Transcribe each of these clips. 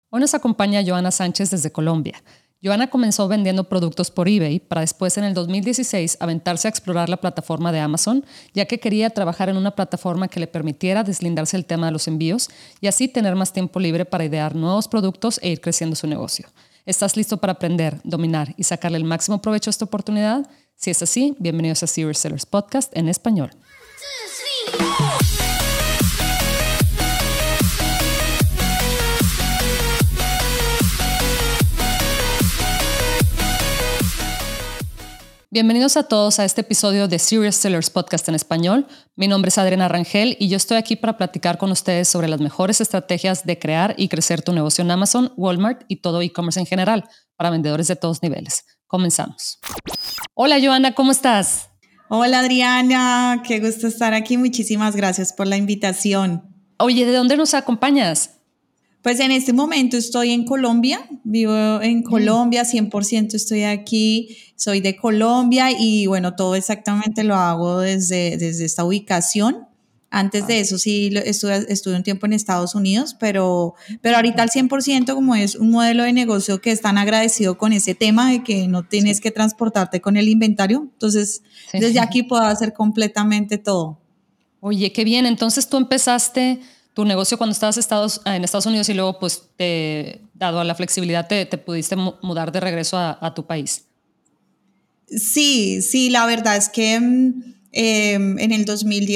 Hoy nos acompaña Joana Sánchez desde Colombia. Joana comenzó vendiendo productos por eBay para después en el 2016 aventarse a explorar la plataforma de Amazon, ya que quería trabajar en una plataforma que le permitiera deslindarse el tema de los envíos y así tener más tiempo libre para idear nuevos productos e ir creciendo su negocio. ¿Estás listo para aprender, dominar y sacarle el máximo provecho a esta oportunidad? Si es así, bienvenidos a Serious Sellers Podcast en español. Bienvenidos a todos a este episodio de Serious Sellers Podcast en español. Mi nombre es Adriana Rangel y yo estoy aquí para platicar con ustedes sobre las mejores estrategias de crear y crecer tu negocio en Amazon, Walmart y todo e-commerce en general para vendedores de todos niveles. Comenzamos. Hola Joana, ¿cómo estás? Hola Adriana, qué gusto estar aquí. Muchísimas gracias por la invitación. Oye, ¿de dónde nos acompañas? Pues en este momento estoy en Colombia, vivo en Colombia, 100% estoy aquí, soy de Colombia y bueno, todo exactamente lo hago desde esta ubicación. Antes de eso sí estuve un tiempo en Estados Unidos, pero ahorita al 100% como es un modelo de negocio que es tan agradecido con ese tema de que no tienes que transportarte con el inventario, entonces desde aquí puedo hacer completamente todo. Oye, qué bien, entonces tú empezaste tu negocio cuando estabas en Estados Unidos y luego, pues, dado a la flexibilidad, te pudiste mudar de regreso a tu país. Sí, la verdad es que en el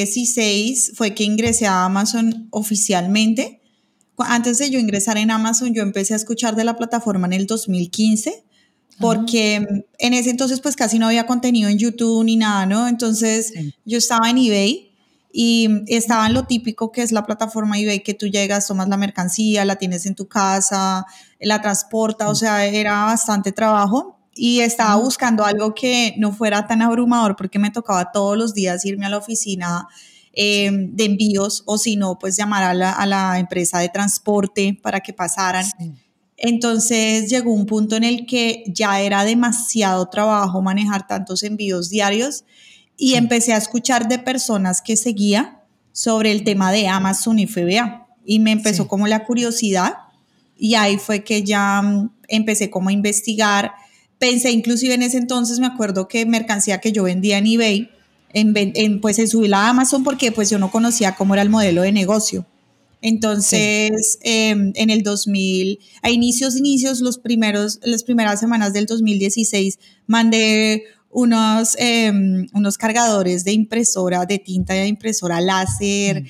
2016 fue que ingresé a Amazon oficialmente. Antes de yo ingresar en Amazon, yo empecé a escuchar de la plataforma en el 2015, porque en ese entonces pues casi no había contenido en YouTube ni nada, ¿no? Entonces yo estaba en eBay y estaba en lo típico que es la plataforma eBay, que tú llegas, tomas la mercancía, la tienes en tu casa, la transportas, o sea, era bastante trabajo y estaba buscando algo que no fuera tan abrumador porque me tocaba todos los días irme a la oficina de envíos o si no, pues llamar a la empresa de transporte para que pasaran. Sí. Entonces llegó un punto en el que ya era demasiado trabajo manejar tantos envíos diarios y empecé a escuchar de personas que seguía sobre el tema de Amazon y FBA y me empezó como la curiosidad y ahí fue que ya empecé como a investigar. Pensé inclusive en ese entonces, me acuerdo que mercancía que yo vendía en eBay, pues en subirla a Amazon porque pues yo no conocía cómo era el modelo de negocio. Entonces, en el 2000, a inicios, las primeras semanas del 2016, mandé unos cargadores de impresora, de tinta de impresora láser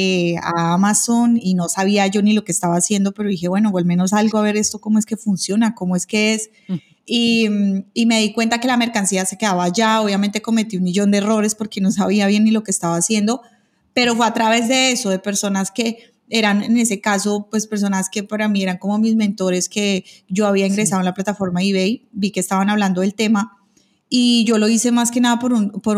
a Amazon y no sabía yo ni lo que estaba haciendo, pero dije, bueno, o al menos algo a ver esto, cómo es que funciona, cómo es que es. Y me di cuenta que la mercancía se quedaba allá. Obviamente cometí 1.000.000 de errores porque no sabía bien ni lo que estaba haciendo, pero fue a través de eso, de personas que eran en ese caso, pues personas que para mí eran como mis mentores, que yo había ingresado en la plataforma eBay, vi que estaban hablando del tema y yo lo hice más que nada por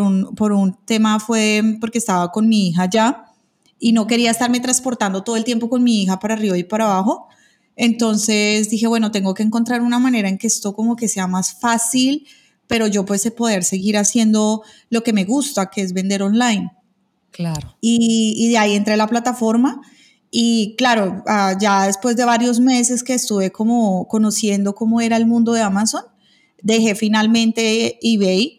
un tema, fue porque estaba con mi hija ya y no quería estarme transportando todo el tiempo con mi hija para arriba y para abajo. Entonces dije, bueno, tengo que encontrar una manera en que esto como que sea más fácil, pero yo pues poder seguir haciendo lo que me gusta, que es vender online. Claro. Y de ahí entré a la plataforma y claro, ya después de varios meses que estuve como conociendo cómo era el mundo de Amazon, dejé finalmente eBay.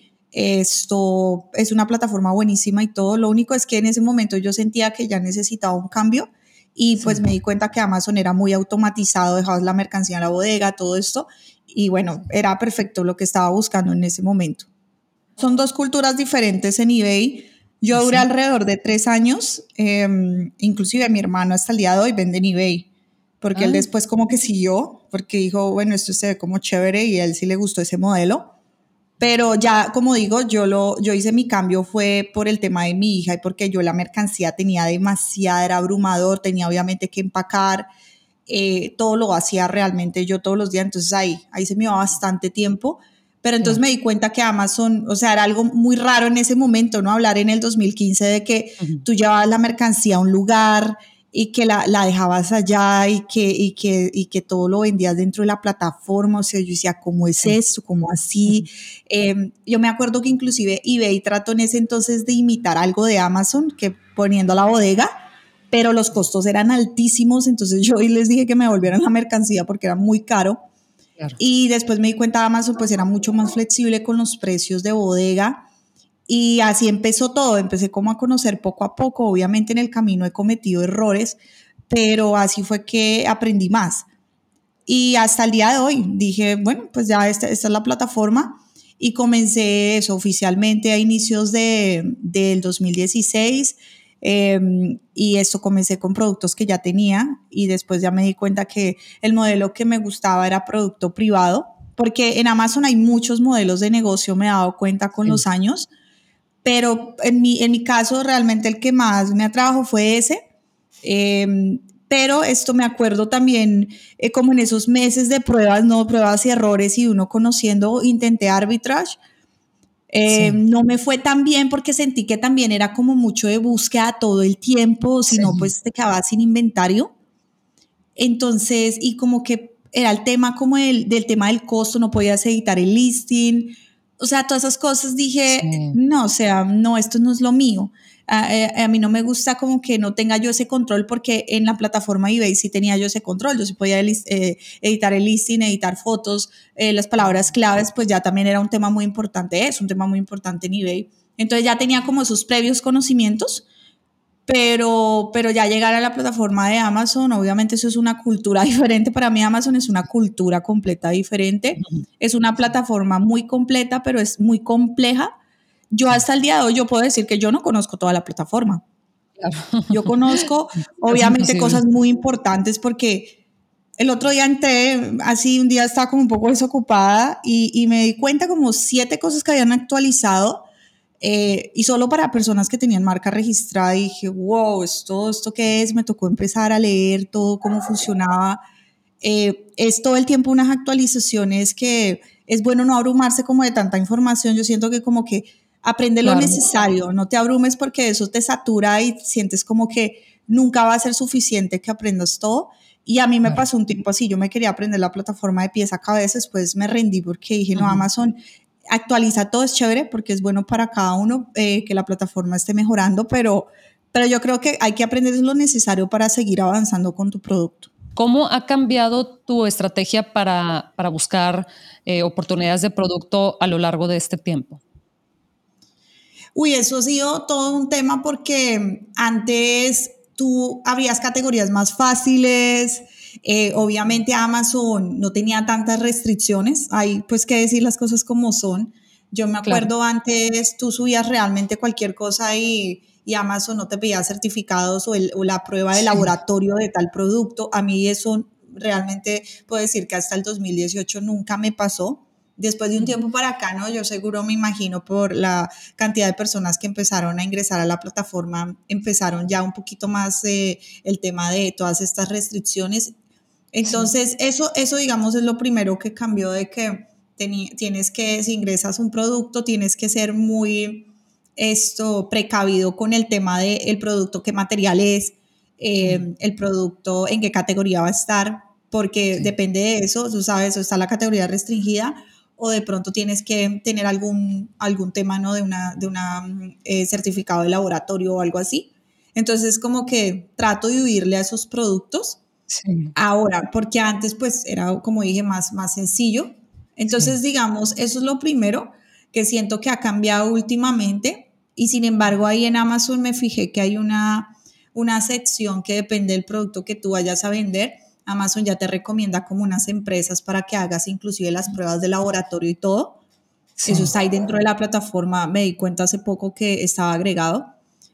Esto es una plataforma buenísima y todo. Lo único es que en ese momento yo sentía que ya necesitaba un cambio y pues me di cuenta que Amazon era muy automatizado, dejabas la mercancía en la bodega, todo esto. Y bueno, era perfecto lo que estaba buscando en ese momento. Son dos culturas diferentes en eBay. Yo duré alrededor de 3 años, inclusive mi hermano hasta el día de hoy vende en eBay, porque él después como que siguió, porque dijo, bueno, esto se ve como chévere y a él sí le gustó ese modelo. Pero ya, como digo, yo hice mi cambio fue por el tema de mi hija y porque yo la mercancía tenía demasiada, era abrumador, tenía obviamente que empacar, todo lo hacía realmente yo todos los días, entonces ahí se me iba bastante tiempo. Pero entonces me di cuenta que Amazon, o sea, era algo muy raro en ese momento, ¿no? Hablar en el 2015 de que tú llevabas la mercancía a un lugar y que la dejabas allá y que todo lo vendías dentro de la plataforma. O sea, yo decía, ¿cómo es esto? ¿Cómo así? Yo me acuerdo que inclusive eBay trató en ese entonces de imitar algo de Amazon, que poniendo la bodega, pero los costos eran altísimos, entonces yo les dije que me devolvieran la mercancía porque era muy caro. Claro. Y después me di cuenta Amazon pues era mucho más flexible con los precios de bodega y así empezó todo. Empecé como a conocer poco a poco. Obviamente en el camino he cometido errores, pero así fue que aprendí más. Y hasta el día de hoy dije, bueno, pues ya esta es la plataforma y comencé eso oficialmente a inicios del 2016 y esto comencé con productos que ya tenía y después ya me di cuenta que el modelo que me gustaba era producto privado, porque en Amazon hay muchos modelos de negocio, me he dado cuenta con Sí. los años, pero en mi caso realmente el que más me atrajo fue ese. Pero esto me acuerdo también como en esos meses de pruebas, no pruebas y errores y uno conociendo, intenté arbitrage. Sí. No me fue tan bien porque sentí que también era como mucho de búsqueda todo el tiempo, si no Sí. pues te quedabas sin inventario. Entonces, y como que era el tema como del tema del costo, no podías editar el listing, o sea, todas esas cosas dije, Sí. no, o sea, no, esto no es lo mío. A mí no me gusta como que no tenga yo ese control porque en la plataforma eBay sí tenía yo ese control, yo sí podía editar el listing, editar fotos, las palabras claves, pues ya también era un tema muy importante, es un tema muy importante en eBay. Entonces ya tenía como esos previos conocimientos, pero ya llegar a la plataforma de Amazon, obviamente eso es una cultura diferente. Para mí Amazon es una cultura completa diferente. Ujú. Es una Sí. plataforma muy completa, pero es muy compleja. Yo Sí. hasta el día de hoy yo puedo decir que yo no conozco toda la plataforma. Claro. Yo conozco Casi obviamente imposible. cosas muy importantes porque el otro día entré, así un día estaba como un poco desocupada y me di cuenta como 7 cosas que habían actualizado y solo para personas que tenían marca registrada. Y dije, wow, ¿esto qué es? Me tocó empezar a leer todo, cómo funcionaba. Es todo el tiempo unas actualizaciones que es bueno no abrumarse como de tanta información. Yo siento que como que aprende lo Claro. necesario, no te abrumes porque eso te satura y sientes como que nunca va a ser suficiente que aprendas todo. Y a mí me Claro. pasó un tiempo así, yo me quería aprender la plataforma de pies a cabeza, después me rendí porque dije, no, Ujú. Amazon actualiza todo, es chévere porque es bueno para cada uno que la plataforma esté mejorando, pero yo creo que hay que aprender lo necesario para seguir avanzando con tu producto. ¿Cómo ha cambiado tu estrategia para buscar oportunidades de producto a lo largo de este tiempo? Uy, eso ha sido todo un tema porque antes tú abrías categorías más fáciles, obviamente Amazon no tenía tantas restricciones, hay pues que decir las cosas como son. Yo me Claro. acuerdo antes tú subías realmente cualquier cosa y Amazon no te pedía certificados o la prueba de Sí. laboratorio de tal producto. A mí eso realmente puedo decir que hasta el 2018 nunca me pasó. Después de un Ujú. tiempo para acá, ¿no? Yo seguro me imagino por la cantidad de personas que empezaron a ingresar a la plataforma, empezaron ya un poquito más el tema de todas estas restricciones. Sí. Entonces, eso digamos es lo primero que cambió de que tienes que, si ingresas un producto, tienes que ser muy precavido con el tema del producto, qué material es, Mm. el producto, en qué categoría va a estar, porque Sí. depende de eso, tú sabes, está la categoría restringida o de pronto tienes que tener algún tema, ¿no? De una certificado de laboratorio o algo así. Entonces, como que trato de huirle a esos productos Sí. ahora, porque antes pues era, como dije, más sencillo. Sí. Entonces, digamos, eso es lo primero que siento que ha cambiado últimamente y sin embargo ahí en Amazon me fijé que hay una sección que depende del producto que tú vayas a vender. Amazon ya te recomienda como unas empresas para que hagas inclusive las pruebas de laboratorio y todo. Eso Sí. está ahí dentro de la plataforma, me di cuenta hace poco que estaba agregado.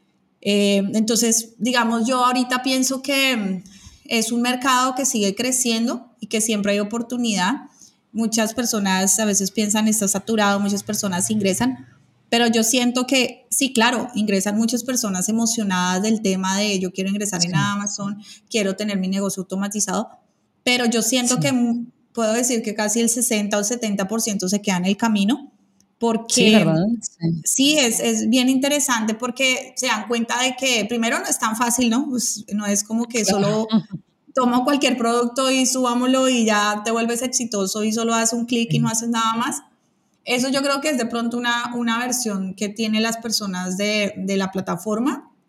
Entonces, digamos, yo ahorita pienso que es un mercado que sigue creciendo y que siempre hay oportunidad. Muchas personas a veces piensan está saturado, muchas personas ingresan, pero yo siento que sí, claro, ingresan muchas personas emocionadas del tema de yo quiero ingresar en Sí. Amazon, quiero tener mi negocio automatizado, pero yo siento que Sí. puedo decir que casi el 60 o 70% se queda en el camino Sí, ¿verdad? porque Sí. sí, es bien interesante porque se dan cuenta de que primero no es tan fácil, ¿no? Pues no es como que Claro. solo tomo cualquier producto y subámoslo y ya te vuelves exitoso y solo haces un clic y no Sí. haces nada más. Eso yo creo que es de pronto una versión que tienen las personas de la plataforma,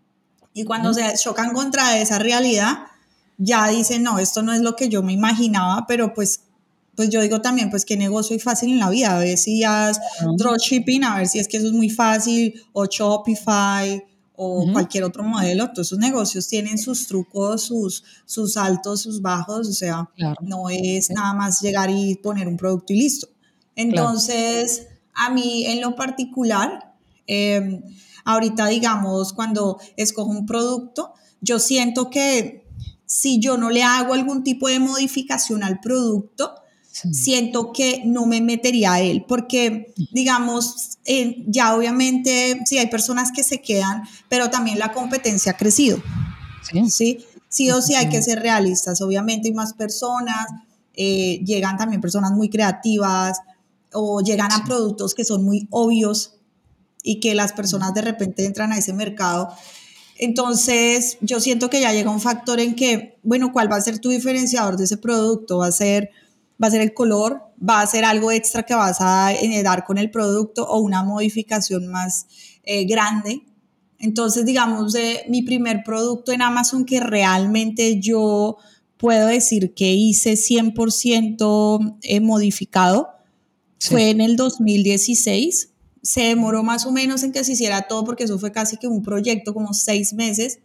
Y cuando se chocan contra esa realidad, ya dicen, no, esto no es lo que yo me imaginaba, pero pues yo digo también, pues qué negocio hay fácil en la vida, a ver si haz dropshipping, a ver si es que eso es muy fácil, o Shopify, o cualquier otro modelo. Todos esos negocios tienen sus trucos, sus altos, sus bajos, o sea, Claro, no es sí, nada más llegar y poner un producto y listo. claro. Entonces, a mí en lo particular, ahorita digamos, cuando escojo un producto, yo siento que si yo no le hago algún tipo de modificación al producto, Sí, siento que no me metería a él, porque digamos, ya obviamente sí hay personas que se quedan, pero también la competencia ha crecido, sí, ¿sí? Sí o sí hay que definitivamente. ser realistas, obviamente hay más personas, llegan también personas muy creativas o llegan a Sí. productos que son muy obvios y que las Ujú. personas de repente entran a ese mercado. Entonces, yo siento que ya llega un factor en que, bueno, ¿cuál va a ser tu diferenciador de ese producto? ¿Va a ser el color? ¿Va a ser algo extra que vas a dar con el producto o una modificación más grande? Entonces, digamos, mi primer producto en Amazon que realmente yo puedo decir que hice 100% modificado Sí. fue en el 2016. Se demoró más o menos en que se hiciera todo porque eso fue casi que un proyecto, como 6 meses,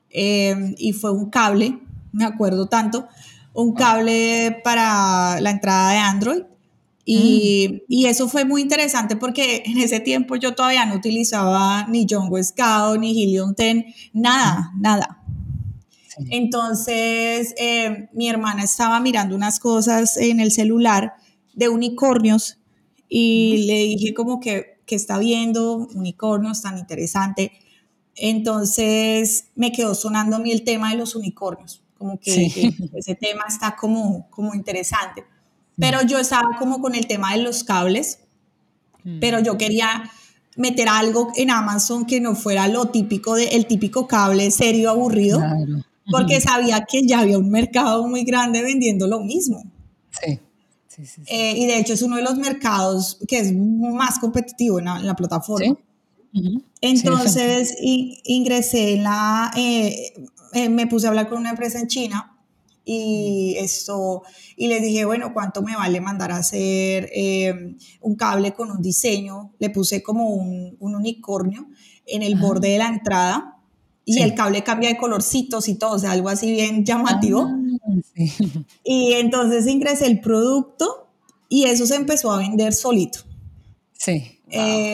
y fue un cable, me acuerdo tanto, un Wow. cable para la entrada de Android. Y eso fue muy interesante porque en ese tiempo yo todavía no utilizaba ni Django Scout, ni Helium 10, nada, nada. Sí. Entonces, mi hermana estaba mirando unas cosas en el celular de unicornios Ujú. y le dije como que está viendo unicornios tan interesante. Entonces me quedó sonando a mí el tema de los unicornios, como que Sí. dije, ese tema está como interesante. Pero Sí. yo estaba como con el tema de los cables, pero Mm. yo quería meter algo en Amazon que no fuera lo típico el típico cable serio aburrido, Claro. porque Ujú. sabía que ya había un mercado muy grande vendiendo lo mismo. Sí. Sí, sí, sí. Y de hecho es uno de los mercados que es más competitivo en la plataforma. Sí. Ujú. Sí, definitivamente. Entonces ingresé me puse a hablar con una empresa en China y les dije, bueno, ¿cuánto me vale mandar a hacer un cable con un diseño? Le puse como un unicornio en el Ah, borde de la entrada y el sí. cable cambia de colorcitos y todo, o sea, algo así bien Ah, llamativo. sí. Y entonces ingresé el producto y eso se empezó a vender solito. Sí. Wow.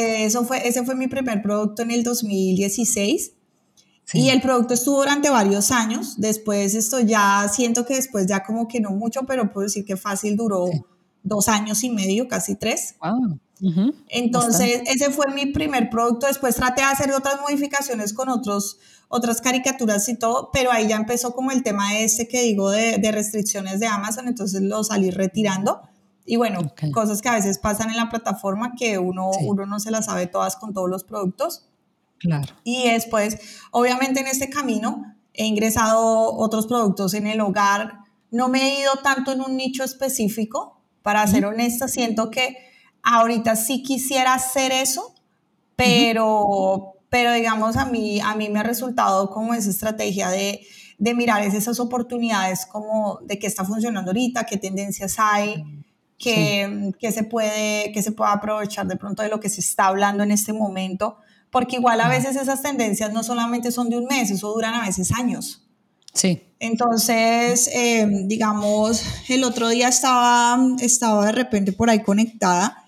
Ese fue mi primer producto en el 2016 y Sí. el producto estuvo durante varios años. Después esto ya siento que después ya como que no mucho, pero puedo decir que fácil Sí. duró 2 años y medio, casi 3. Wow. Ujú. Bastante. Entonces ese fue mi primer producto. Después traté de hacer otras modificaciones con otras caricaturas y todo, pero ahí ya empezó como el tema que digo de restricciones de Amazon, entonces lo salí retirando. Y bueno, Ok. cosas que a veces pasan en la plataforma que Sí. uno no se las sabe todas con todos los productos. Claro. Y después, obviamente en este camino he ingresado otros productos en el hogar. No me he ido tanto en un nicho específico, para ser Ujú. honesta, siento que ahorita sí quisiera hacer eso, Ujú. pero digamos a mí me ha resultado como esa estrategia de mirar esas oportunidades como de qué está funcionando ahorita, qué tendencias hay, Sí. que se pueda aprovechar de pronto de lo que se está hablando en este momento, porque igual a Claro. veces esas tendencias no solamente son de un mes, eso duran a veces años. Sí. Entonces, digamos, el otro día estaba de repente por ahí conectada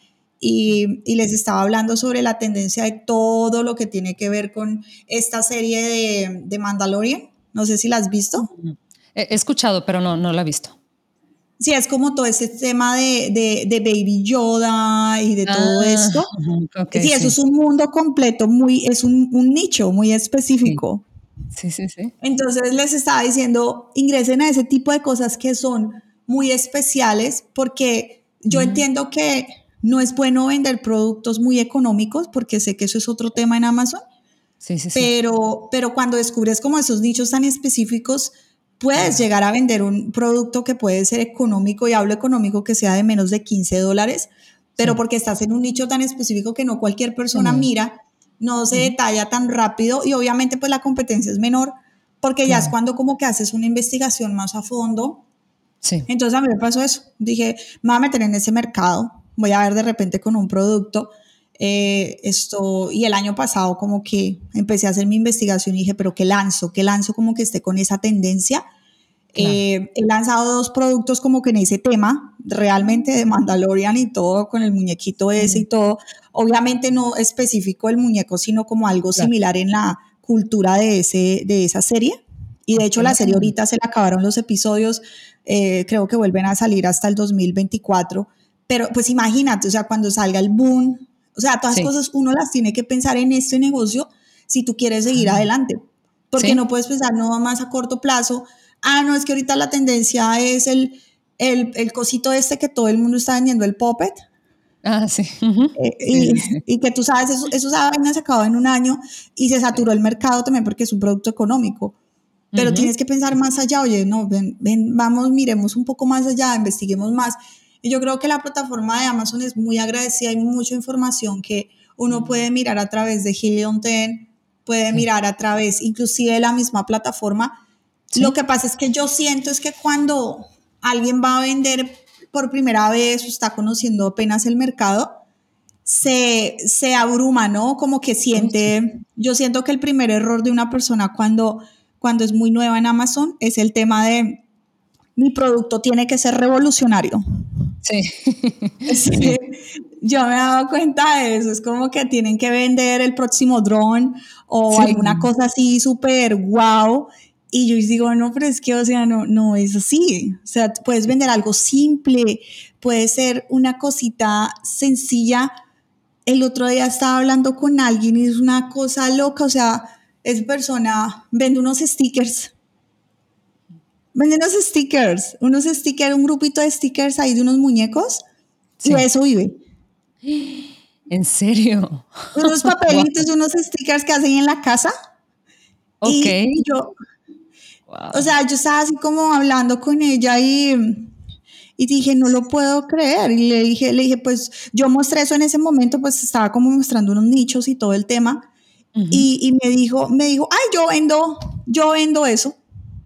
y les estaba hablando sobre la tendencia de todo lo que tiene que ver con esta serie de Mandalorian. No sé si la has visto. Ujú. He escuchado, pero no la he visto. Sí, es como todo ese tema de Baby Yoda y de todo Ah, esto. ujú. Ok, Sí, eso sí. es un mundo completo, es un nicho muy Sí. específico. Sí, sí, sí. Entonces les estaba diciendo, ingresen a ese tipo de cosas que son muy especiales porque yo Mm. entiendo que no es bueno vender productos muy económicos porque sé que eso es otro tema en Amazon, Sí, sí, sí. pero cuando descubres como esos nichos tan específicos, puedes Claro. llegar a vender un producto que puede ser económico, y hablo económico que sea de menos de $15, pero Sí. porque estás en un nicho tan específico que no cualquier persona Sí. mira, no se detalla tan rápido y obviamente pues la competencia es menor porque ya es cuando como que haces una investigación más a fondo. Sí. Entonces a mí me pasó eso, dije, me voy a meter en ese mercado, voy a ver de repente con un producto, y el año pasado como que empecé a hacer mi investigación y dije, pero ¿qué lanzo? ¿Qué lanzo como que esté con esa tendencia? Claro. He lanzado 2 productos como que en ese tema, realmente de Mandalorian y todo, con el muñequito ese y todo. Obviamente no específico el muñeco, sino como algo Claro. similar en la cultura de esa serie. Y de hecho la serie ahorita se le acabaron los episodios, creo que vuelven a salir hasta el 2024. Pero pues imagínate, o sea, cuando salga el boom, o sea, todas cosas uno las tiene que pensar en este negocio si tú quieres seguir adelante. Porque no puedes pensar no más a corto plazo. No, es que ahorita la tendencia es el cosito este que todo el mundo está vendiendo, el Puppet. Sí. Y que tú sabes, esa vaina se acabó en un año y se saturó el mercado también porque es un producto económico. Pero tienes que pensar más allá, oye, no, ven, vamos, miremos un poco más allá, investiguemos más. Y yo creo que la plataforma de Amazon es muy agradecida, hay mucha información que uno puede mirar a través de Helium 10, puede mirar a través inclusive de la misma plataforma. Lo que pasa es que yo siento es que cuando alguien va a vender por primera vez o está conociendo apenas el mercado, se abruma, ¿no? Como que siente, yo siento que el primer error de una persona cuando es muy nueva en Amazon es el tema de mi producto tiene que ser revolucionario. Sí. Sí. Yo me he dado cuenta de eso, es como que tienen que vender el próximo drone o alguna cosa así súper wow. Y yo digo, no, pero es que, o sea, no es así. O sea, puedes vender algo simple, puede ser una cosita sencilla. El otro día estaba hablando con alguien y es una cosa loca, o sea, esa persona vende unos stickers. Vende unos stickers, un grupito de stickers ahí de unos muñecos y de eso vive. ¿En serio? Unos papelitos, unos stickers que hacen en la casa. Ok. Y yo, o sea, yo estaba así como hablando con ella y dije, no lo puedo creer. Y le dije, pues yo mostré eso en ese momento, pues estaba como mostrando unos nichos y todo el tema. Y me dijo, ay, yo vendo eso.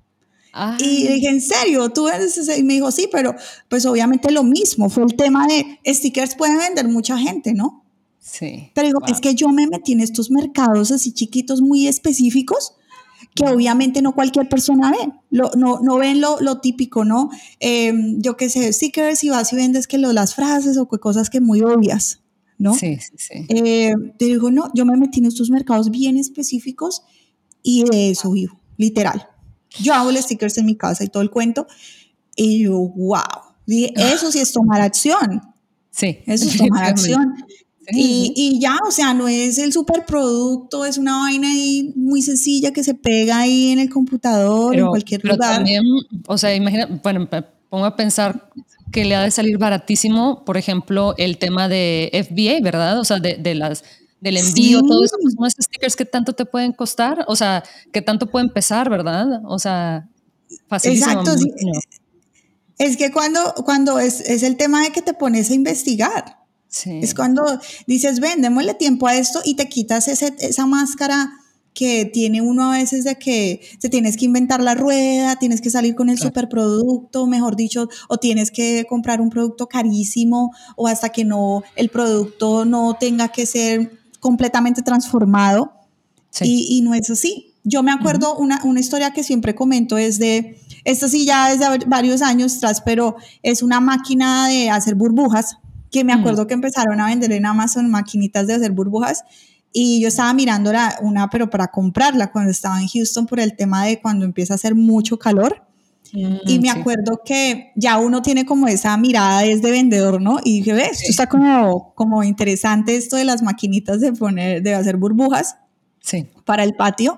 Y le dije, ¿en serio? ¿Tú vendes ese? Y me dijo, sí, pero pues obviamente lo mismo. Fue el tema de stickers pueden vender mucha gente, ¿no? Sí. Pero digo, es que yo me metí en estos mercados así chiquitos, muy específicos, que obviamente no cualquier persona ve. No ven lo típico, ¿no? Yo qué sé, stickers y vas y vendes que las frases o cosas que muy obvias, ¿no? Sí. Te digo, no, yo me metí en estos mercados bien específicos y de eso vivo, literal. Yo hago los stickers en mi casa y todo el cuento. Y yo, wow. Dije, eso sí es tomar acción. Sí. Eso es tomar acción. Sí. Y ya, o sea, no es el superproducto, es una vaina ahí muy sencilla que se pega ahí en el computador, en cualquier lugar. También, o sea, imagina, bueno, pongo a pensar que le ha de salir baratísimo, por ejemplo, el tema de FBA, ¿verdad? O sea, del envío, todo eso, pues unos stickers que tanto te pueden costar, o sea, que tanto pueden pesar, ¿verdad? O sea, facilísimo. Exacto, sí. Es que cuando es el tema de que te pones a investigar, es cuando dices, ven, démosle tiempo a esto y te quitas esa máscara que tiene uno a veces de que te tienes que inventar la rueda, tienes que salir con el superproducto, mejor dicho, o tienes que comprar un producto carísimo o hasta que el producto no tenga que ser completamente transformado. Y no es así. Yo me acuerdo una historia que siempre comento es esta sí ya es de varios años atrás, pero es una máquina de hacer burbujas, que me acuerdo que empezaron a vender en Amazon maquinitas de hacer burbujas y yo estaba mirando pero para comprarla cuando estaba en Houston por el tema de cuando empieza a hacer mucho calor. Y me acuerdo que ya uno tiene como esa mirada desde vendedor, ¿no? Y dije, esto está como interesante esto de las maquinitas de hacer burbujas para el patio.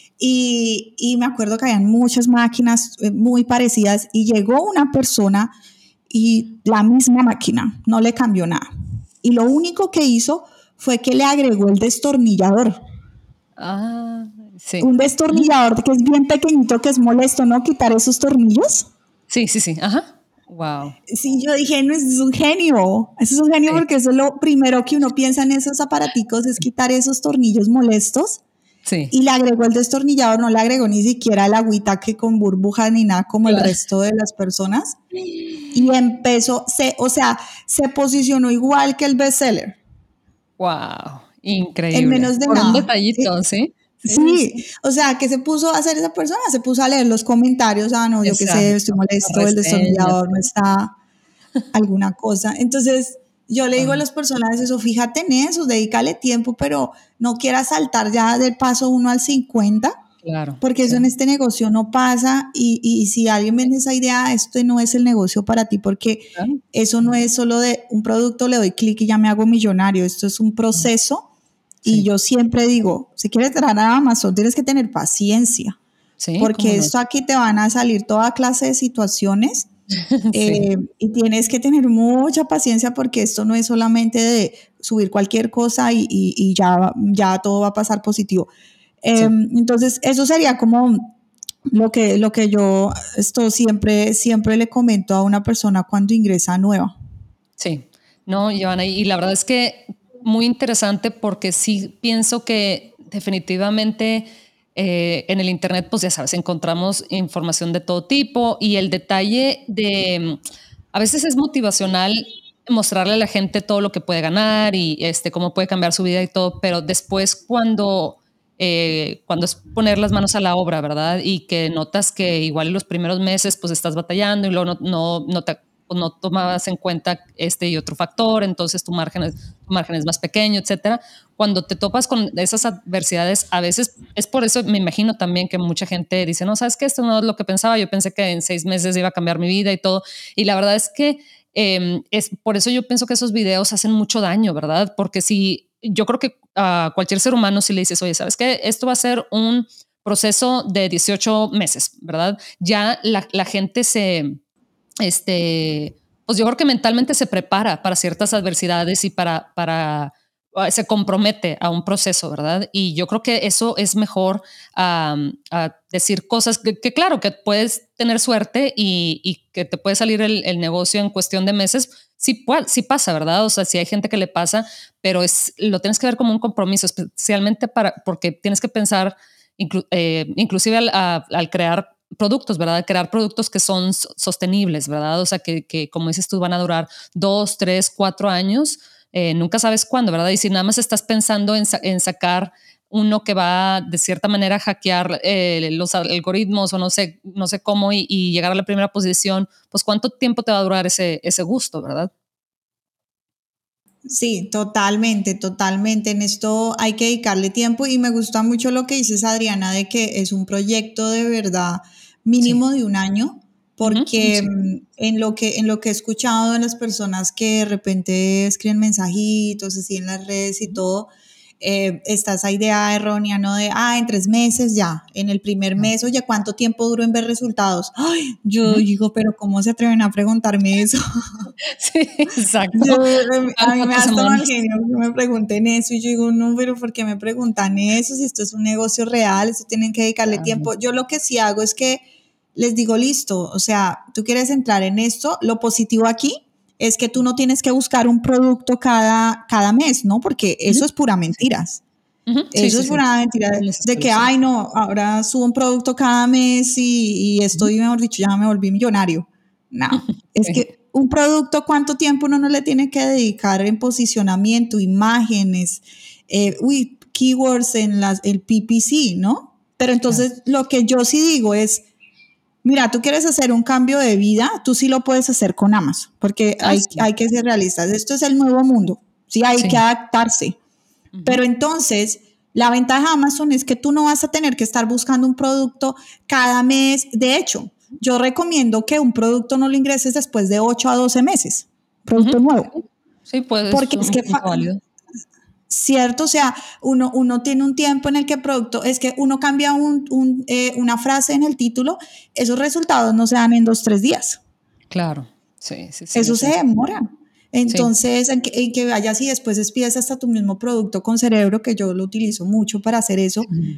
Y me acuerdo que habían muchas máquinas muy parecidas y llegó una persona y la misma máquina, no le cambió nada. Y lo único que hizo fue que le agregó el destornillador. Un destornillador que es bien pequeñito, que es molesto, ¿no? Quitar esos tornillos. Sí. Ajá. Wow. Sí, yo dije, no, eso es un genio Sí, porque eso es lo primero que uno piensa en esos aparaticos, es quitar esos tornillos molestos. sí, Y le agregó el destornillador, no le agregó ni siquiera el agüita que con burbujas ni nada como el claro. resto de las personas. Y empezó, o sea, se posicionó igual que el bestseller, Wow, en increíble. menos de Por un nada. detallito, ¿sí? Sí, sí, Sí, sí. o sea, ¿qué se puso a hacer esa persona? Se puso a leer los comentarios, ah, no, yo qué sé, estoy Exacto. Las molesto, el reseñas, destornillador no todo. está, alguna cosa. Entonces, yo le digo a Wow, las personas eso, fíjate en eso, dedícale tiempo, pero no quieras saltar ya del paso 1 al 50, claro, porque eso en sí. este negocio no pasa y si alguien vende esa idea, esto no es el negocio para ti, porque Claro. eso no es solo de un producto, le doy clic y ya me hago millonario, esto es un proceso y Sí, yo siempre digo, si quieres entrar a Amazon, tienes que tener paciencia, sí, cómo porque no. esto aquí te van a salir toda clase de situaciones Sí, y tienes que tener mucha paciencia porque esto no es solamente de subir cualquier cosa y ya todo va a pasar positivo. sí, Entonces, eso sería como lo que yo esto siempre le comento a una persona cuando ingresa nueva. sí. No, Joana, y la verdad es que muy interesante porque sí pienso que definitivamente en el Internet, pues ya sabes, encontramos información de todo tipo y el detalle de, a veces es motivacional mostrarle a la gente todo lo que puede ganar y cómo puede cambiar su vida y todo, pero después cuando es poner las manos a la obra, ¿verdad? Y que notas que igual en los primeros meses pues estás batallando y luego no tomabas en cuenta este y otro factor, entonces tu margen es más pequeño, etcétera. Cuando te topas con esas adversidades, a veces es por eso, me imagino también que mucha gente dice, no, sabes que esto no es lo que pensaba, yo pensé que en 6 meses iba a cambiar mi vida y todo. Y la verdad es que es por eso yo pienso que esos videos hacen mucho daño, ¿verdad? Porque si yo creo que a cualquier ser humano, si le dices, oye, ¿sabes qué? Esto va a ser un proceso de 18 meses, ¿verdad? Ya la gente pues yo creo que mentalmente se prepara para ciertas adversidades y se compromete a un proceso, ¿verdad? Y yo creo que eso es mejor a decir cosas que claro, que puedes tener suerte y que te puede salir el negocio en cuestión de meses. Sí pasa, ¿verdad? O sea, sí hay gente que le pasa, pero lo tienes que ver como un compromiso, especialmente porque tienes que pensar, inclusive al crear productos, ¿verdad? Crear productos que son sostenibles, ¿verdad? O sea, que como dices tú, van a durar 2, 3, 4 años. Nunca sabes cuándo, ¿verdad? Y si nada más estás pensando en sacar uno que va de cierta manera a hackear los algoritmos o no sé cómo y llegar a la primera posición, pues cuánto tiempo te va a durar ese gusto, ¿verdad? Sí, totalmente, totalmente. En esto hay que dedicarle tiempo y me gusta mucho lo que dices, Adriana, de que es un proyecto de verdad Sí. mínimo de 1 año, Ujú, porque sí. en lo que he escuchado de las personas que de repente escriben mensajitos así en las redes y todo, está esa idea errónea, ¿no? De, en 3 meses ya, en el primer Ajá. mes, oye, ¿cuánto tiempo duró en ver resultados? Ay, yo Ujú. digo, pero ¿cómo se atreven a preguntarme eso? Sí, exacto. Yo, Van a mí me da 4 hasta mal semanas. genio que me pregunten eso y yo digo, no, pero ¿por qué me preguntan eso? Si esto es un negocio real, esto tienen que dedicarle Claro. tiempo. Yo lo que sí hago es que les digo, listo, o sea, tú quieres entrar en esto, lo positivo aquí es que tú no tienes que buscar un producto cada mes, ¿no? Porque Ujú. eso es pura Sí. mentiras. Ujú. Sí, Eso sí, es sí. pura mentira No es de que, necesario, sí. ay, no, ahora subo un producto cada mes y Ujú. estoy, mejor dicho, ya me volví millonario. No, es Sí, que un producto, ¿cuánto tiempo uno no le tiene que dedicar en posicionamiento, imágenes, keywords en el PPC, ¿no? Pero claro. entonces lo que yo sí digo es, mira, tú quieres hacer un cambio de vida, tú sí lo puedes hacer con Amazon, porque hay, Sí. hay que ser realistas. Esto es el nuevo mundo, sí, hay que Sí. adaptarse. Ujú. Pero entonces, la ventaja de Amazon es que tú no vas a tener que estar buscando un producto cada mes. De hecho, yo recomiendo que un producto no lo ingreses después de 8 a 12 meses, Ujú. producto nuevo. Sí. Sí, pues es Porque es un que, punto válido. cierto, o sea, uno tiene un tiempo en el que producto, es que uno cambia una frase en el título, esos resultados no se dan en 2, 3 días. Claro. Sí, sí, sí, Eso se definitivamente. demora. Sí. Entonces, en que vayas y después despides hasta tu mismo producto con cerebro, que yo lo utilizo mucho para hacer eso, Sí.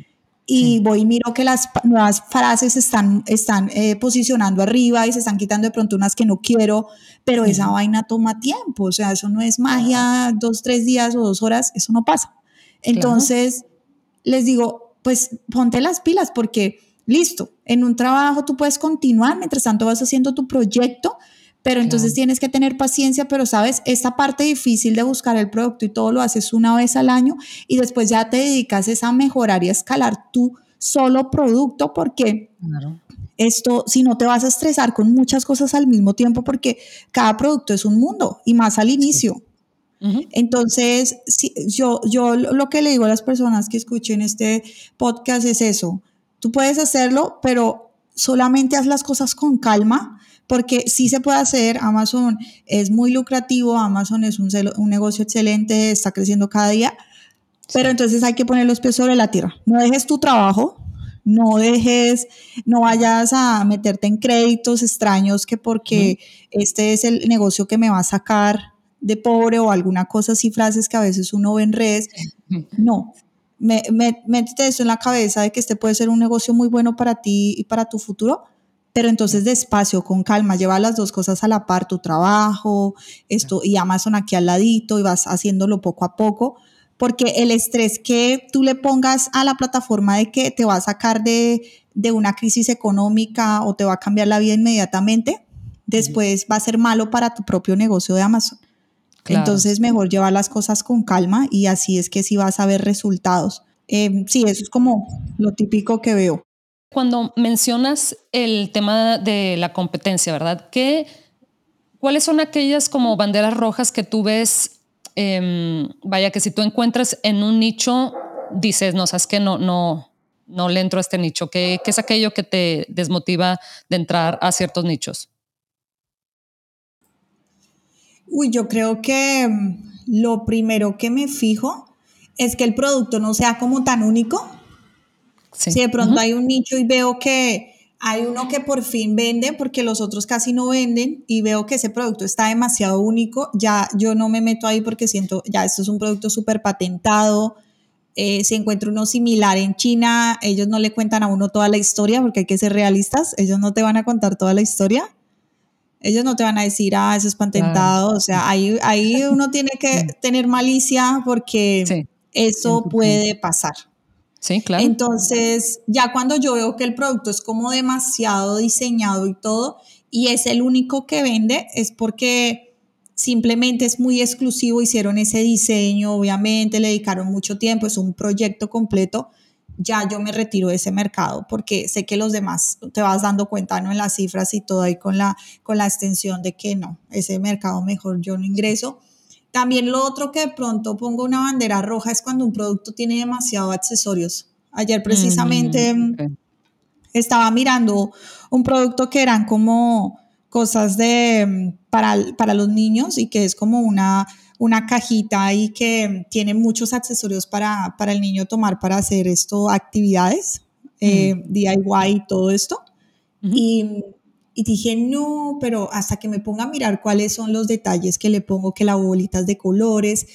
y voy y miro que las nuevas frases están posicionando arriba y se están quitando de pronto unas que no quiero, pero esa vaina toma tiempo, o sea, eso no es magia, 2, 3 días o 2 horas, eso no pasa. Claro, Entonces, les digo, pues ponte las pilas porque listo, en un trabajo tú puedes continuar, mientras tanto vas haciendo tu proyecto, pero entonces claro. tienes que tener paciencia, pero sabes, esta parte difícil de buscar el producto y todo lo haces una vez al año y después ya te dedicas a mejorar y a escalar tu solo producto porque Claro. esto, si no te vas a estresar con muchas cosas al mismo tiempo porque cada producto es un mundo y más al Sí. inicio. Ujú. Entonces, si, yo lo que le digo a las personas que escuchen este podcast es eso. Tú puedes hacerlo, pero solamente haz las cosas con calma, porque sí se puede hacer. Amazon es muy lucrativo, Amazon es un negocio excelente, está creciendo cada día, pero Sí. entonces hay que poner los pies sobre la tierra. No dejes tu trabajo, no dejes, no vayas a meterte en créditos extraños que Ujú. porque este es el negocio que me va a sacar de pobre o alguna cosa así, frases que a veces uno ve en redes. No, métete eso en la cabeza de que este puede ser un negocio muy bueno para ti y para tu futuro, pero entonces Claro, despacio, con calma, lleva las dos cosas a la par, tu trabajo, claro. esto y Amazon aquí al ladito y vas haciéndolo poco a poco, porque el estrés que tú le pongas a la plataforma de que te va a sacar de una crisis económica o te va a cambiar la vida inmediatamente, Ujú. después va a ser malo para tu propio negocio de Amazon. Claro. Entonces, mejor llevar las cosas con calma y así es que sí vas a ver resultados. Sí, eso es como lo típico que veo. Cuando mencionas el tema de la competencia, ¿verdad? ¿Cuáles son aquellas como banderas rojas que tú ves? Vaya, que si tú encuentras en un nicho, dices, no, sabes que no le entro a este nicho. ¿Qué es aquello que te desmotiva de entrar a ciertos nichos? Uy, yo creo que lo primero que me fijo es que el producto no sea como tan único. Si Sí. de pronto Ujú. hay un nicho y veo que hay uno que por fin vende porque los otros casi no venden y veo que ese producto está demasiado único, ya yo no me meto ahí porque siento, ya esto es un producto súper patentado. Si encuentro uno similar en China, ellos no le cuentan a uno toda la historia porque hay que ser realistas, ellos no te van a contar toda la historia. Ellos no te van a decir, ah, eso es Claro. patentado. O sea, ahí uno tiene que Sí, tener malicia porque sí, eso 100%. puede pasar. Sí, claro. Entonces, ya cuando yo veo que el producto es como demasiado diseñado y todo, y es el único que vende, es porque simplemente es muy exclusivo, hicieron ese diseño, obviamente le dedicaron mucho tiempo, es un proyecto completo, ya yo me retiro de ese mercado porque sé que los demás te vas dando cuenta, ¿no? En las cifras y todo ahí con la extensión de que no, ese mercado mejor yo no ingreso. También lo otro que de pronto pongo una bandera roja es cuando un producto tiene demasiado accesorios. Ayer precisamente Ok. estaba mirando un producto que eran como cosas para los niños y que es como una cajita y que tiene muchos accesorios para el niño tomar para hacer esto, actividades, Mm. DIY y todo esto. Ujú. Y, y dije, no, pero hasta que me ponga a mirar cuáles son los detalles que le pongo, que las bolitas de colores,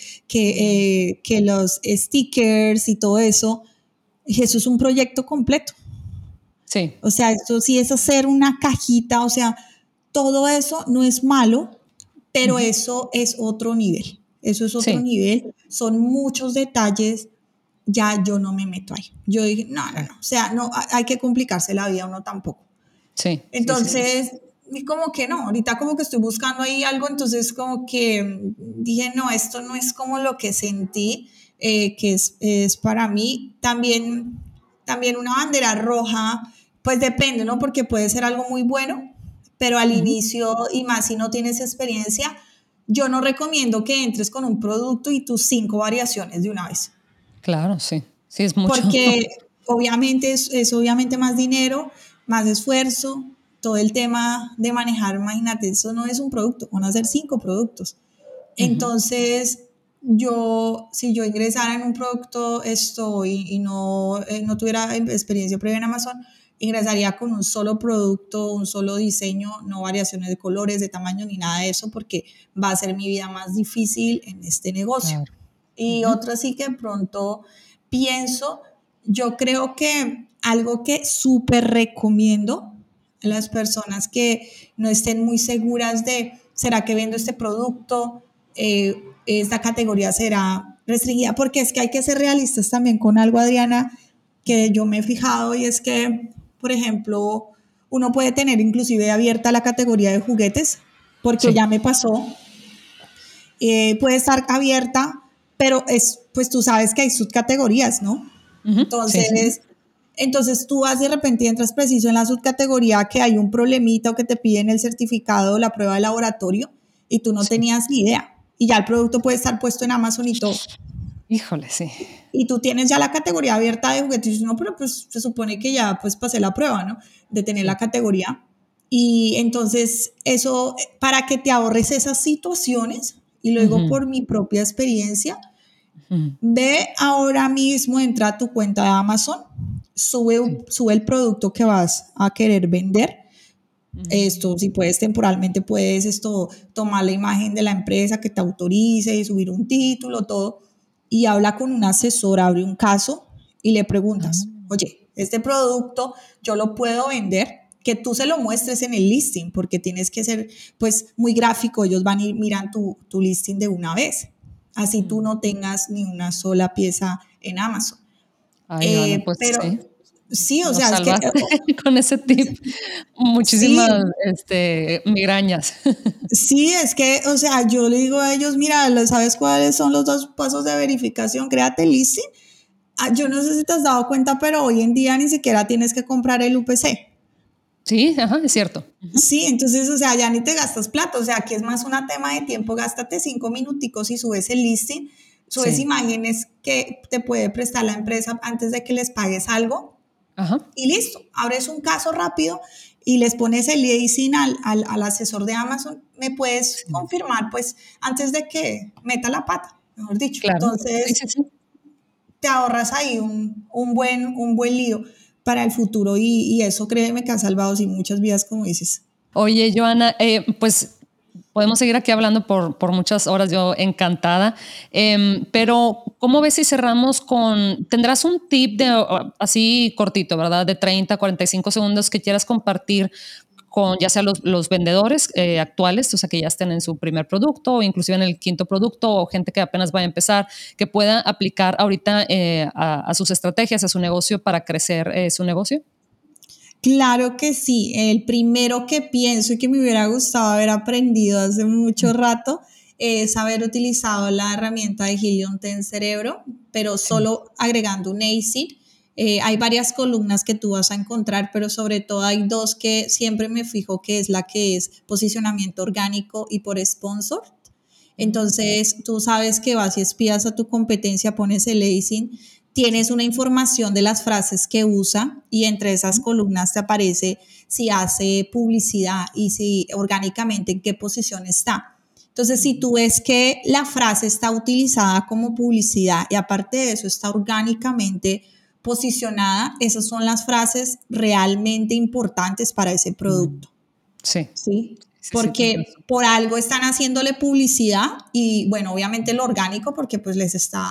que los stickers y todo eso, dije, eso es un proyecto completo. Sí, O sea, esto sí es hacer una cajita, o sea, todo eso no es malo, pero ujú, eso es otro nivel. Eso es otro sí, nivel. Son muchos detalles. Ya yo no me meto ahí. Yo dije, no, no, claro. no. O sea, no hay que complicarse la vida uno tampoco. Sí, sí, sí, sí. Entonces, y como que no, ahorita como que estoy buscando ahí algo, entonces como que dije, no, esto no es como lo que sentí, que es para mí. También una bandera roja, pues depende, ¿no? Porque puede ser algo muy bueno, pero al Ujú. inicio, y más si no tienes experiencia, yo no recomiendo que entres con un producto y tus 5 variaciones de una vez Claro, sí. Sí, es mucho. porque obviamente es obviamente más dinero, más esfuerzo, todo el tema de manejar, imagínate, eso no es un producto, van a ser 5 productos. Ujú. Entonces, si yo ingresara en un producto esto y no tuviera experiencia previa en Amazon, ingresaría con un solo producto, un solo diseño, no variaciones de colores, de tamaño ni nada de eso, porque va a ser mi vida más difícil en este negocio. Claro. Y Ujú. otra sí que de pronto pienso Yo creo que algo que súper recomiendo a las personas que no estén muy seguras de, ¿será que vendo este producto? ¿Esta categoría será restringida? Porque es que hay que ser realistas también con algo, Adriana, que yo me he fijado y es que, por ejemplo, uno puede tener inclusive abierta la categoría de juguetes, porque Sí. ya me pasó, puede estar abierta, pero pues tú sabes que hay subcategorías, ¿no? Ujú, sí. Entonces tú vas de repente y entras preciso en la subcategoría que hay un problemita o que te piden el certificado o la prueba de laboratorio y tú no Sí. tenías ni idea. Y ya el producto puede estar puesto en Amazon y todo. Híjole, sí. Y tú tienes ya la categoría abierta de juguetes y dices, no, pero pues se supone que ya pues pasé la prueba, ¿no? De tener Sí. la categoría. Y entonces eso, para que te ahorres esas situaciones, y luego Ujú, por mi propia experiencia, ujú, ve ahora mismo, entra a tu cuenta de Amazon, sí. sube el producto que vas a querer vender. Mm, Esto, si puedes temporalmente, puedes tomar la imagen de la empresa que te autorice y subir un título, todo, y habla con un asesor, abre un caso y le preguntas, ah, oye, este producto yo lo puedo vender, que tú se lo muestres en el listing, porque tienes que ser pues muy gráfico, ellos van y miran tu listing de una vez, así tú mm. no tengas ni una sola pieza en Amazon. Ay, Joana, pues Pero sí, sí, o nos sea, es que salvaste con ese tip. Muchísimas, sí, migrañas. sí, es que, o sea, yo le digo a ellos, mira, ¿sabes cuáles son los dos pasos de verificación? Créate el listing. Yo no sé si te has dado cuenta, pero hoy en día ni siquiera tienes que comprar el UPC. Sí, ajá, es cierto. Ujú, Sí, entonces, o sea, ya ni te gastas plata, o sea, aquí es más un tema de tiempo, gástate 5 minuticos y subes el listing, subes sí, imágenes que te puede prestar la empresa antes de que les pagues algo ajá. y listo, abres un caso rápido y les pones el listing al asesor de Amazon, me puedes Sí, confirmar, pues, antes de que meta la pata, mejor dicho. claro. Sí, Entonces, sí, sí. te ahorras ahí un buen lío para el futuro y eso créeme que ha salvado sí, muchas vidas, como dices. Oye, Joana, pues podemos seguir aquí hablando por muchas horas, yo encantada. Pero, ¿cómo ves si cerramos con, tendrás un tip de así cortito, ¿verdad? De 30, 45 segundos que quieras compartir con ya sea los vendedores actuales, o sea, que ya estén en su primer producto o inclusive en el quinto producto o gente que apenas vaya a empezar, que pueda aplicar ahorita a sus estrategias, a su negocio para crecer su negocio? Claro que sí. El primero que pienso y que me hubiera gustado haber aprendido hace mucho rato es haber utilizado la herramienta de Helium 10 Cerebro, pero Sí. solo agregando un ACID. Hay varias columnas que tú vas a encontrar, pero sobre todo hay dos que siempre me fijo que es la que es posicionamiento orgánico y por sponsor. Mm, Entonces, tú sabes que vas y espías a tu competencia, pones el lacing, tienes una información de las frases que usa y entre esas columnas te aparece si hace publicidad y si orgánicamente en qué posición está. Entonces, si tú ves que la frase está utilizada como publicidad y aparte de eso está orgánicamente posicionada, esas son las frases realmente importantes para ese mm, producto. sí, ¿Sí? sí, sí, tienes Porque razón. por algo están haciéndole publicidad y bueno, obviamente lo orgánico porque pues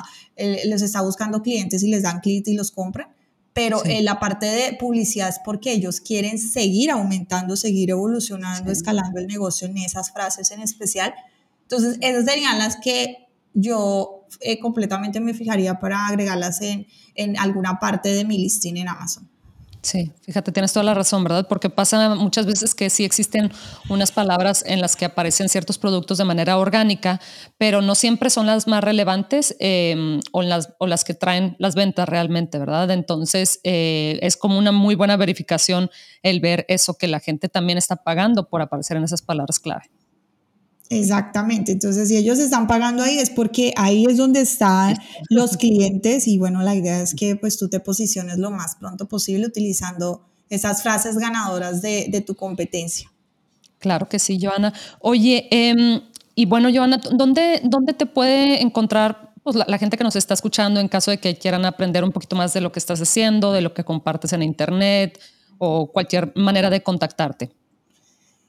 les está buscando clientes y les dan clics y los compran, pero Sí, la parte de publicidad es porque ellos quieren seguir aumentando, seguir evolucionando, sí. escalando el negocio en esas frases en especial. Entonces, esas serían las que yo completamente me fijaría para agregarlas en alguna parte de mi listing en Amazon. Sí, fíjate, tienes toda la razón, ¿verdad? Porque pasa muchas veces que sí existen unas palabras en las que aparecen ciertos productos de manera orgánica, pero no siempre son las más relevantes o las que traen las ventas realmente, ¿verdad? Entonces, es como una muy buena verificación el ver eso que la gente también está pagando por aparecer en esas palabras clave. Exactamente, entonces si ellos están pagando ahí es porque ahí es donde Ahí están está. los clientes y bueno, la idea es que pues tú te posiciones lo más pronto posible utilizando esas frases ganadoras de tu competencia. Claro que sí, Joana. Oye, y bueno, Joana, ¿dónde te puede encontrar pues, la gente que nos está escuchando en caso de que quieran aprender un poquito más de lo que estás haciendo, de lo que compartes en internet o cualquier manera de contactarte?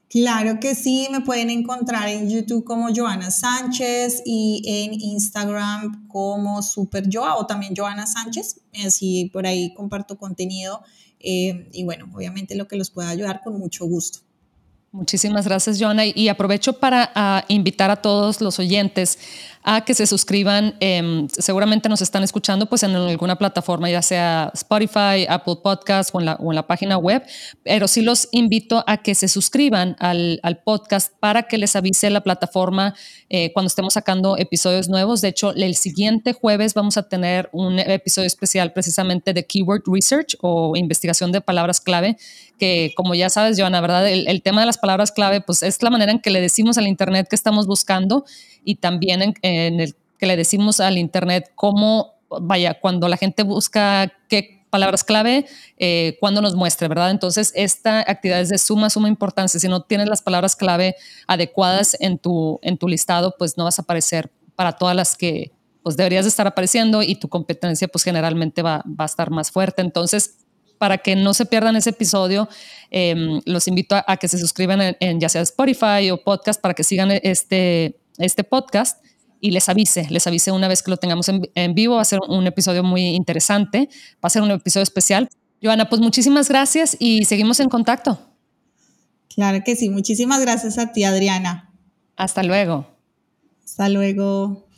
Claro que sí, me pueden encontrar en YouTube como Joana Sánchez y en Instagram como Super Joa o también Joana Sánchez. Así por ahí comparto contenido y bueno, obviamente lo que los pueda ayudar con mucho gusto. Muchísimas gracias, Joana. Y aprovecho para invitar a todos los oyentes a que se suscriban. Seguramente nos están escuchando pues en alguna plataforma, ya sea Spotify, Apple Podcast o en la página web, pero sí los invito a que se suscriban al podcast para que les avise la plataforma cuando estemos sacando episodios nuevos. De hecho, el siguiente jueves vamos a tener un episodio especial precisamente de Keyword Research o investigación de palabras clave, que como ya sabes, Joana, ¿verdad? El tema de las palabras clave, pues es la manera en que le decimos al Internet que estamos buscando y también en el que le decimos al Internet cómo, vaya, cuando la gente busca qué palabras clave, cuando nos muestre, ¿verdad? Entonces, esta actividad es de suma importancia. Si no tienes las palabras clave adecuadas en tu listado, pues no vas a aparecer para todas las que pues deberías de estar apareciendo y tu competencia pues generalmente va a estar más fuerte. Entonces, para que no se pierdan ese episodio, los invito a que se suscriban en ya sea Spotify o podcast para que sigan este podcast y les avise una vez que lo tengamos en vivo. Va a ser un episodio muy interesante, va a ser un episodio especial. Joana, pues muchísimas gracias y seguimos en contacto. Claro que sí, muchísimas gracias a ti, Adriana. Hasta luego. Hasta luego.